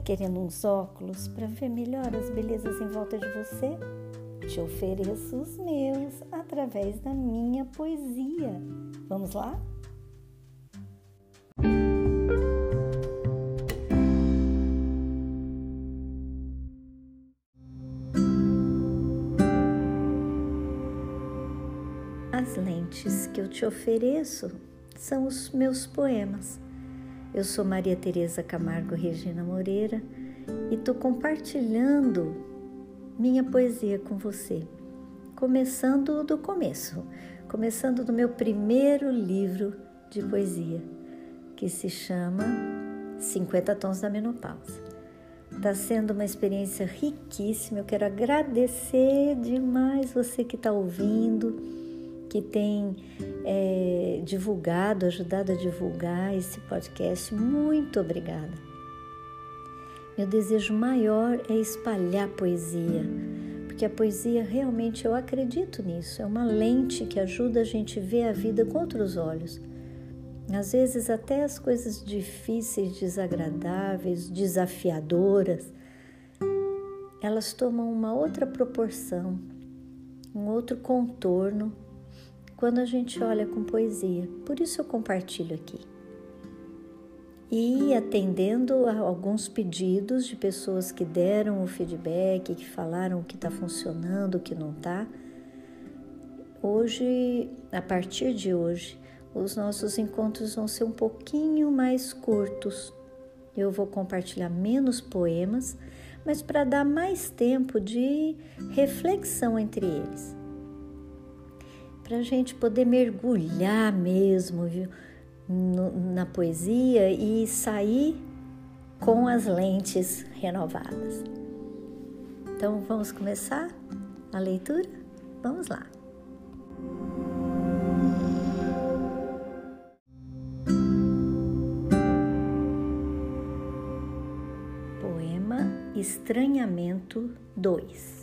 querendo uns óculos para ver melhor as belezas em volta de você? Te ofereço os meus através da minha poesia. Vamos lá? As lentes que eu te ofereço são os meus poemas. Eu sou Maria Tereza Camargo Regina Moreira e estou compartilhando minha poesia com você, começando do começo, começando do meu primeiro livro de poesia, que se chama 50 Tons da Menopausa. Está sendo uma experiência riquíssima, eu quero agradecer demais você que está ouvindo, que tem divulgado, ajudado a divulgar esse podcast. Muito obrigada. Meu desejo maior é espalhar poesia, porque a poesia realmente, eu acredito nisso, é uma lente que ajuda a gente a ver a vida com outros olhos. Às vezes até as coisas difíceis, desagradáveis, desafiadoras, elas tomam uma outra proporção, um outro contorno, quando a gente olha com poesia. Por isso eu compartilho aqui. E atendendo a alguns pedidos de pessoas que deram o feedback, que falaram o que está funcionando, o que não está. Hoje, a partir de hoje, os nossos encontros vão ser um pouquinho mais curtos. Eu vou compartilhar menos poemas, mas para dar mais tempo de reflexão entre eles. Para a gente poder mergulhar mesmo, viu, na poesia e sair com as lentes renovadas. Então, vamos começar a leitura? Vamos lá. Poema Estranhamento 2.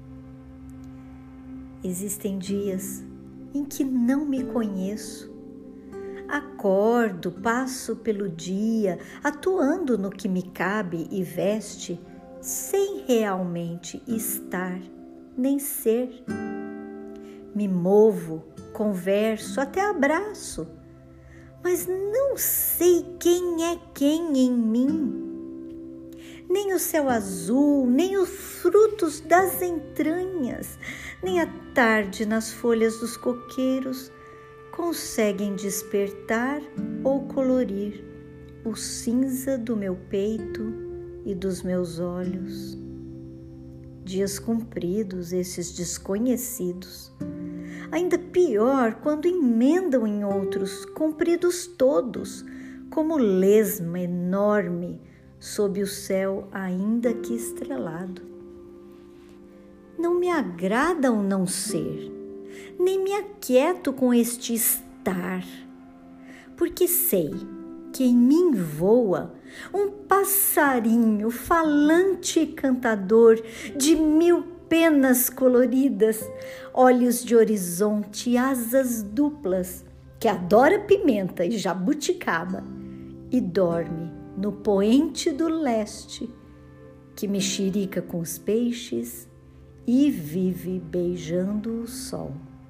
Existem dias em que não me conheço. Acordo, passo pelo dia, atuando no que me cabe e veste, sem realmente estar nem ser. Me movo, converso, até abraço, mas não sei quem é quem em mim. Nem o céu azul, nem os frutos das entranhas, nem a tarde nas folhas dos coqueiros conseguem despertar ou colorir o cinza do meu peito e dos meus olhos. Dias compridos, esses desconhecidos. Ainda pior quando emendam em outros, compridos todos, como lesma enorme sob o céu ainda que estrelado. Não me agrada o não ser, nem me aquieto com este estar, porque sei que em mim voa um passarinho falante e cantador de 1000 penas coloridas, olhos de horizonte e asas duplas, que adora pimenta e jabuticaba e dorme no poente do leste, que mexerica com os peixes e vive beijando o sol.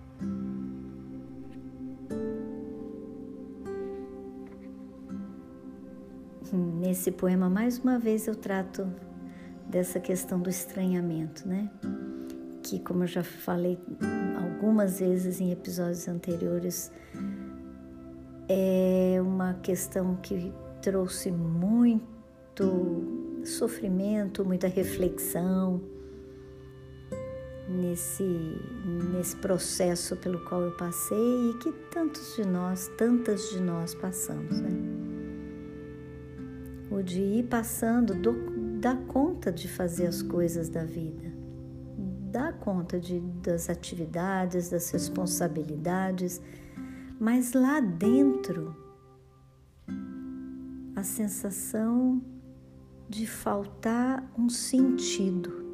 Nesse poema, mais uma vez, eu trato dessa questão do estranhamento, né? Que, como eu já falei algumas vezes em episódios anteriores, é uma questão que trouxe muito sofrimento, muita reflexão nesse processo pelo qual eu passei e que tantas de nós passamos, né? O de ir passando, dá conta de fazer as coisas da vida, dá conta das atividades, das responsabilidades, mas lá dentro a sensação de faltar um sentido.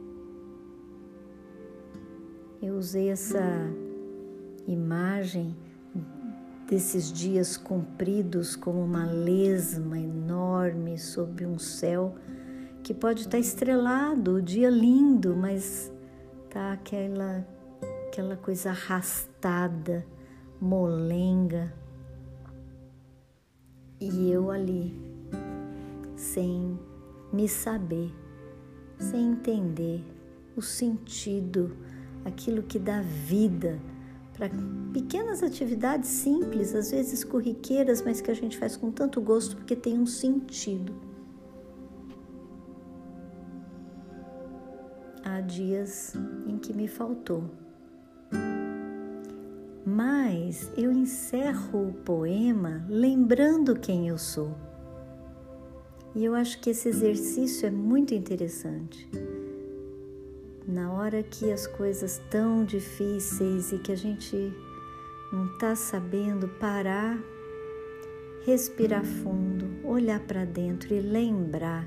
Eu usei essa imagem desses dias compridos como uma lesma enorme sob um céu que pode estar estrelado, o dia lindo, mas tá aquela coisa arrastada, molenga. E eu ali, sem me saber, sem entender o sentido, aquilo que dá vida para pequenas atividades simples, às vezes corriqueiras, mas que a gente faz com tanto gosto porque tem um sentido. Há dias em que me faltou. Mas eu encerro o poema lembrando quem eu sou. E eu acho que esse exercício é muito interessante. Na hora que as coisas tão difíceis e que a gente não está sabendo parar, respirar fundo, olhar para dentro e lembrar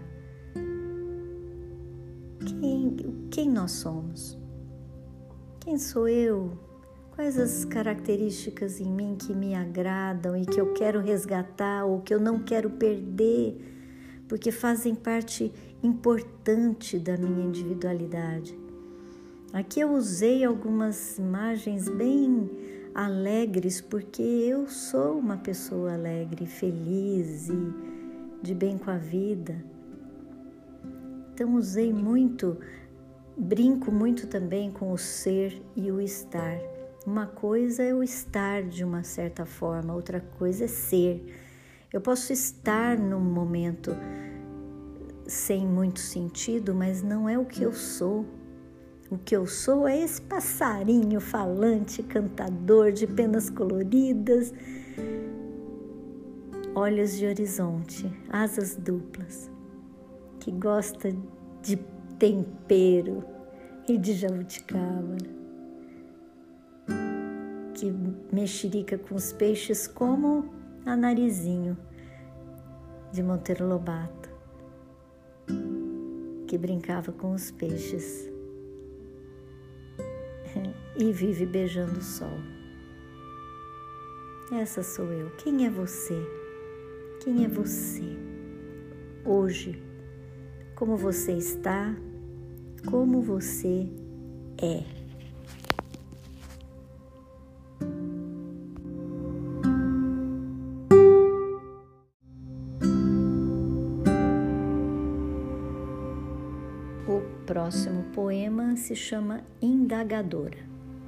quem nós somos. Quem sou eu? Quais as características em mim que me agradam e que eu quero resgatar ou que eu não quero perder, porque fazem parte importante da minha individualidade. Aqui eu usei algumas imagens bem alegres, porque eu sou uma pessoa alegre, feliz e de bem com a vida. Então usei muito, brinco muito também com o ser e o estar. Uma coisa é o estar de uma certa forma, outra coisa é ser. Eu posso estar num momento sem muito sentido, mas não é o que eu sou. O que eu sou é esse passarinho falante, cantador, de penas coloridas, olhos de horizonte, asas duplas, que gosta de tempero e de jabuticaba, que mexerica com os peixes como a Narizinho de Monteiro Lobato, que brincava com os peixes e vive beijando o sol. Essa sou eu. Quem é você? Quem é você? Hoje, como você está? Como você é? O próximo poema se chama Indagadora.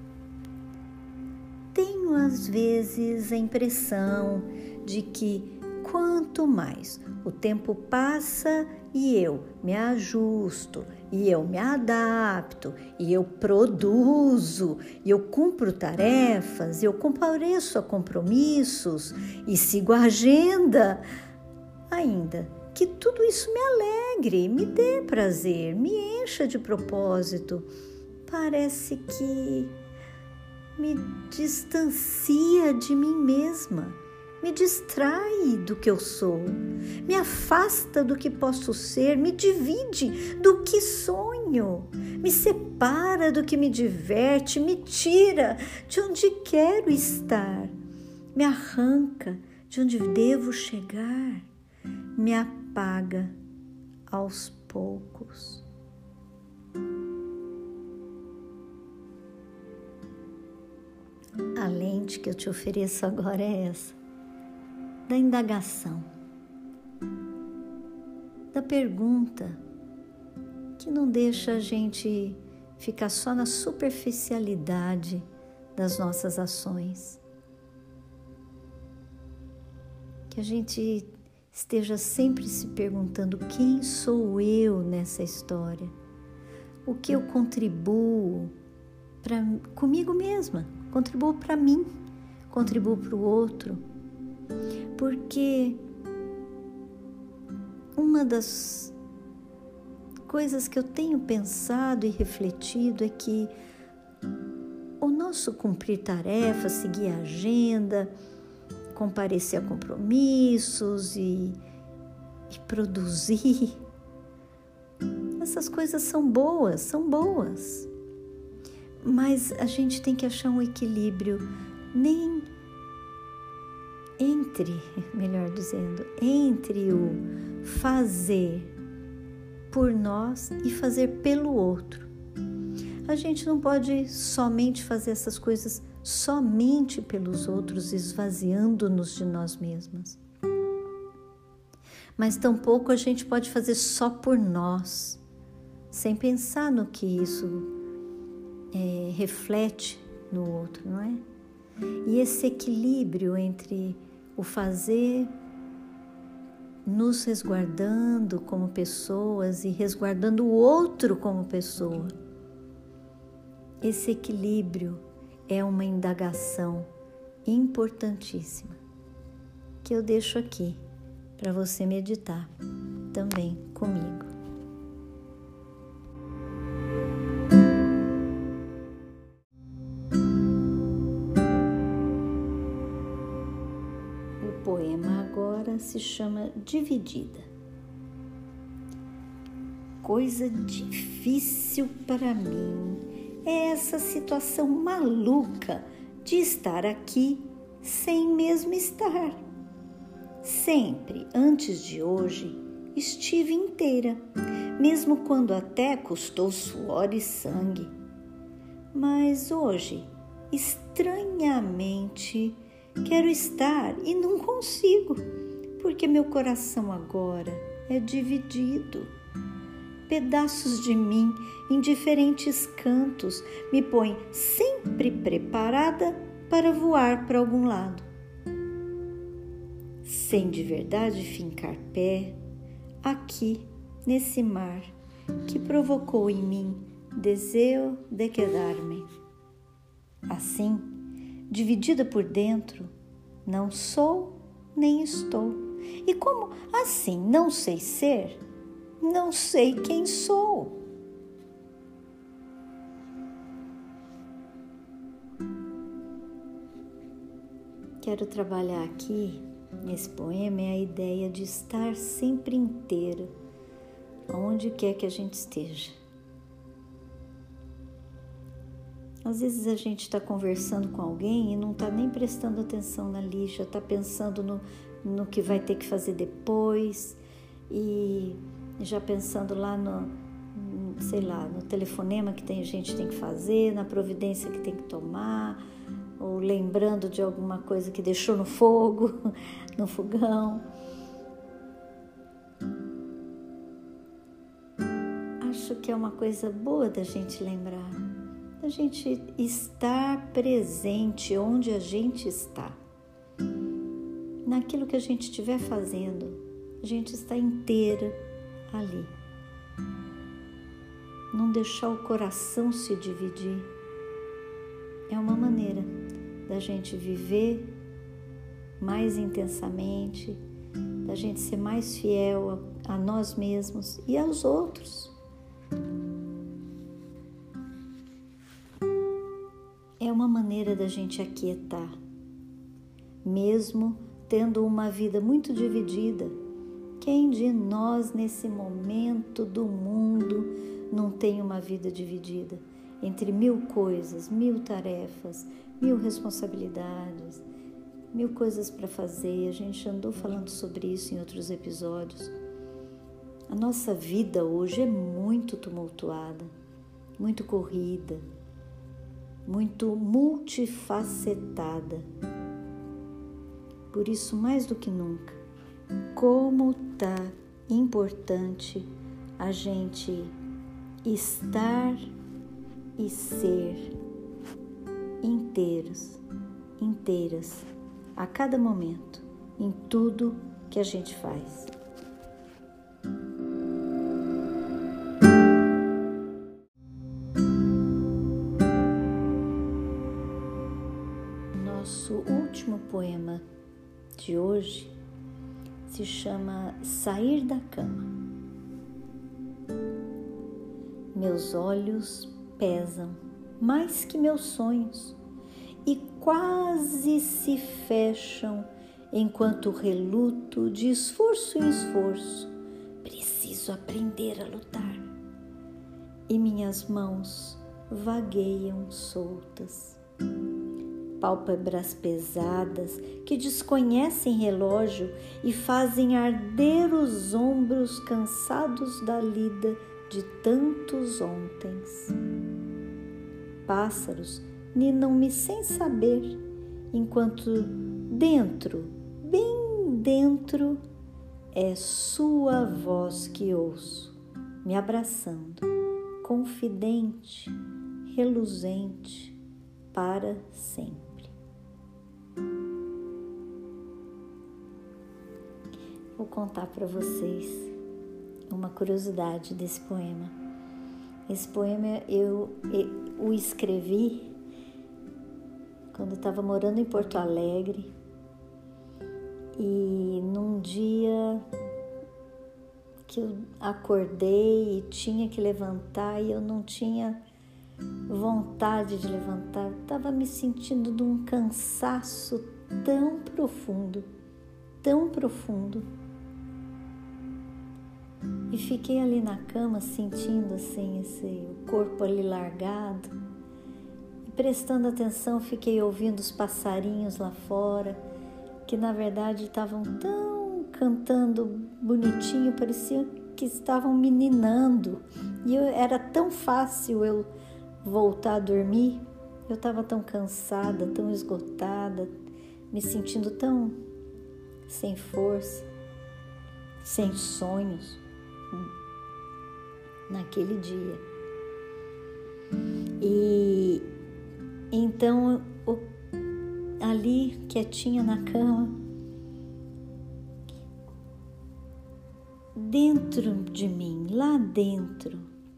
Tenho às vezes a impressão de que quanto mais o tempo passa e eu me ajusto, e eu me adapto, e eu produzo, e eu cumpro tarefas, e eu compareço a compromissos e sigo a agenda, ainda que tudo isso me alegre, me dê prazer, me encha de propósito, parece que me distancia de mim mesma, me distrai do que eu sou, me afasta do que posso ser, me divide do que sonho, me separa do que me diverte, me tira de onde quero estar, me arranca de onde devo chegar, me apaga aos poucos. A lente que eu te ofereço agora é essa, da indagação, da pergunta que não deixa a gente ficar só na superficialidade das nossas ações. Que a gente esteja sempre se perguntando quem sou eu nessa história, o que eu contribuo comigo mesma, contribuo para mim, contribuo para o outro, porque uma das coisas que eu tenho pensado e refletido é que o nosso cumprir tarefas, seguir a agenda, comparecer a compromissos e produzir, essas coisas são boas, mas a gente tem que achar um equilíbrio entre o fazer por nós e fazer pelo outro. A gente não pode somente fazer essas coisas somente pelos outros, esvaziando-nos de nós mesmas. Mas tampouco a gente pode fazer só por nós, sem pensar no que isso reflete no outro, não é? E esse equilíbrio entre o fazer, nos resguardando como pessoas e resguardando o outro como pessoa. Esse equilíbrio é uma indagação importantíssima que eu deixo aqui para você meditar também comigo. O poema agora se chama Dividida. Coisa difícil para mim é essa situação maluca de estar aqui sem mesmo estar. Sempre, antes de hoje, estive inteira, mesmo quando até custou suor e sangue. Mas hoje, estranhamente, quero estar e não consigo, porque meu coração agora é dividido. Pedaços de mim em diferentes cantos me põem sempre preparada para voar para algum lado. Sem de verdade fincar pé aqui nesse mar que provocou em mim desejo de quedar-me. Assim, dividida por dentro, não sou nem estou. E como assim não sei ser, não sei quem sou. Quero trabalhar aqui, nesse poema, é a ideia de estar sempre inteiro, onde quer que a gente esteja. Às vezes a gente está conversando com alguém e não está nem prestando atenção na lixa, está pensando no que vai ter que fazer depois e já pensando lá no telefonema que a gente tem que fazer, na providência que tem que tomar, ou lembrando de alguma coisa que deixou no fogo, no fogão. Acho que é uma coisa boa da gente lembrar, da gente estar presente onde a gente está. Naquilo que a gente estiver fazendo, a gente está inteira ali. Não deixar o coração se dividir é uma maneira da gente viver mais intensamente, da gente ser mais fiel a nós mesmos e aos outros. É uma maneira da gente aquietar, mesmo tendo uma vida muito dividida. Quem de nós nesse momento do mundo não tem uma vida dividida entre 1000 coisas, 1000 tarefas, 1000 responsabilidades, 1000 coisas para fazer? A gente andou falando sobre isso em outros episódios. A nossa vida hoje é muito tumultuada, muito corrida, muito multifacetada. Por isso, mais do que nunca, como tá importante a gente estar e ser inteiras, a cada momento, em tudo que a gente faz. Nosso último poema de hoje se chama Sair da Cama. Meus olhos pesam mais que meus sonhos e quase se fecham enquanto reluto de esforço em esforço. Preciso aprender a lutar. E minhas mãos vagueiam soltas. pálpebras pesadas, que desconhecem relógio e fazem arder os ombros cansados da lida de tantos ontens. Pássaros ninam-me sem saber, enquanto dentro, bem dentro, é sua voz que ouço, me abraçando, confidente, reluzente, para sempre. Vou contar para vocês uma curiosidade desse poema. Esse poema eu o escrevi quando eu estava morando em Porto Alegre e num dia que eu acordei e tinha que levantar e eu não tinha vontade de levantar, estava me sentindo de um cansaço tão profundo, e fiquei ali na cama sentindo assim o corpo ali largado e prestando atenção, fiquei ouvindo os passarinhos lá fora, que na verdade estavam tão cantando bonitinho, parecia que estavam me ninando, e era tão fácil eu voltar a dormir. Eu estava tão cansada, tão esgotada, me sentindo tão sem força, sem sonhos naquele dia. E então ali quietinha na cama, dentro de mim, lá dentro,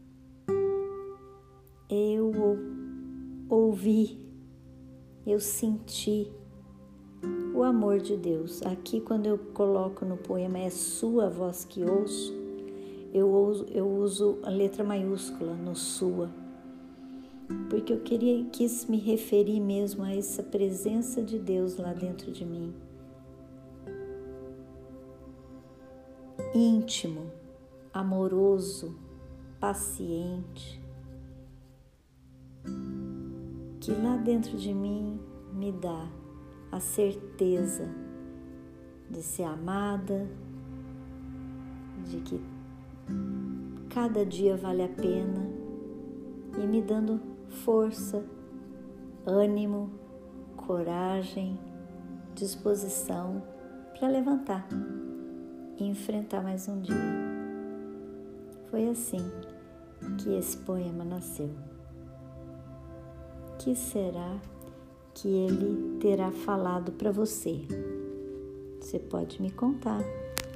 eu ouvi, eu senti o amor de Deus. Aqui, quando eu coloco no poema é sua voz que ouço, eu uso a letra maiúscula no sua, porque eu quis me referir mesmo a essa presença de Deus lá dentro de mim, íntimo, amoroso, paciente, que lá dentro de mim me dá a certeza de ser amada, de que cada dia vale a pena, e me dando força, ânimo, coragem, disposição para levantar e enfrentar mais um dia. Foi assim que esse poema nasceu. O que será que ele terá falado para você? Você pode me contar.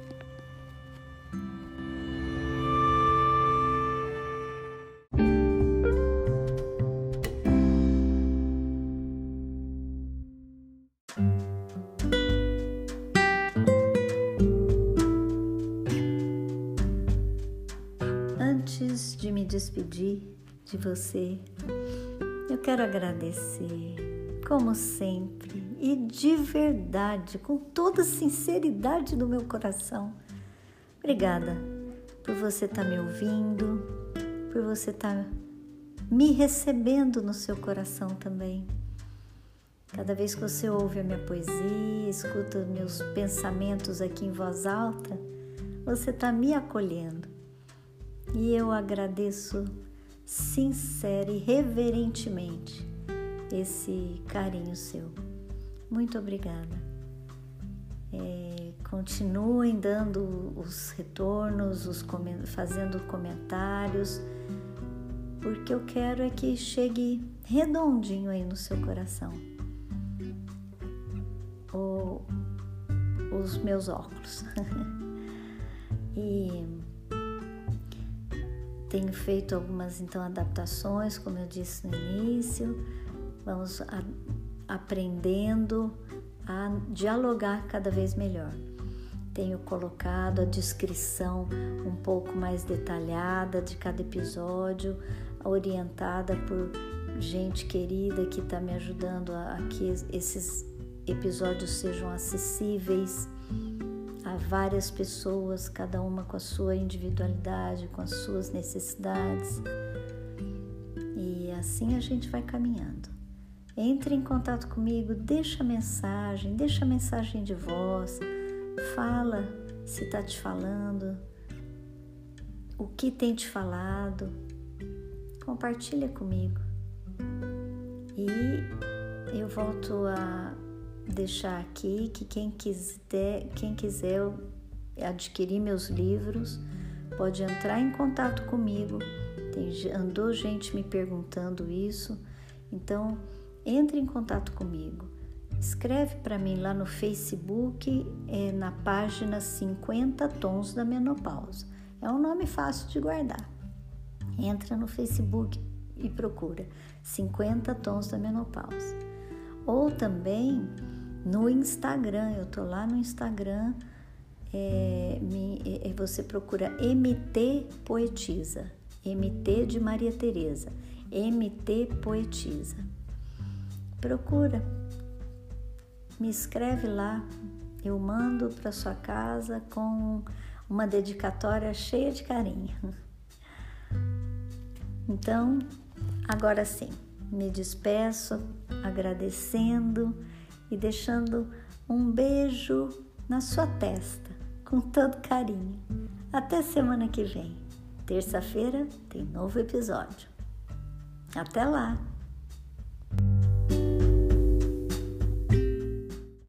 Antes de me despedir de você, eu quero agradecer, como sempre, e de verdade, com toda a sinceridade do meu coração. Obrigada por você estar me ouvindo, por você estar me recebendo no seu coração também. Cada vez que você ouve a minha poesia, escuta os meus pensamentos aqui em voz alta, você está me acolhendo. E eu agradeço sincera e reverentemente esse carinho seu. Muito obrigada. Continuem dando os retornos, fazendo comentários, porque eu quero é que chegue redondinho aí no seu coração os meus óculos. E tenho feito algumas adaptações, como eu disse no início. Vamos aprendendo a dialogar cada vez melhor. Tenho colocado a descrição um pouco mais detalhada de cada episódio, orientada por gente querida que está me ajudando a que esses episódios sejam acessíveis a várias pessoas, cada uma com a sua individualidade, com as suas necessidades. E assim a gente vai caminhando. Entre em contato comigo, deixa mensagem de voz, fala se está te falando, o que tem te falado, compartilha comigo. E eu volto a deixar aqui que quem quiser adquirir meus livros, pode entrar em contato comigo. Andou gente me perguntando isso, então entre em contato comigo. Escreve para mim lá no Facebook, na página 50 Tons da Menopausa. É um nome fácil de guardar. Entra no Facebook e procura 50 Tons da Menopausa. Ou também no Instagram, eu tô lá no Instagram, você procura MT Poetisa, MT de Maria Tereza, MT Poetisa. Procura, me escreve lá, eu mando para sua casa com uma dedicatória cheia de carinho. Então, agora sim, me despeço agradecendo e deixando um beijo na sua testa, com todo carinho. Até semana que vem. Terça-feira tem novo episódio. Até lá!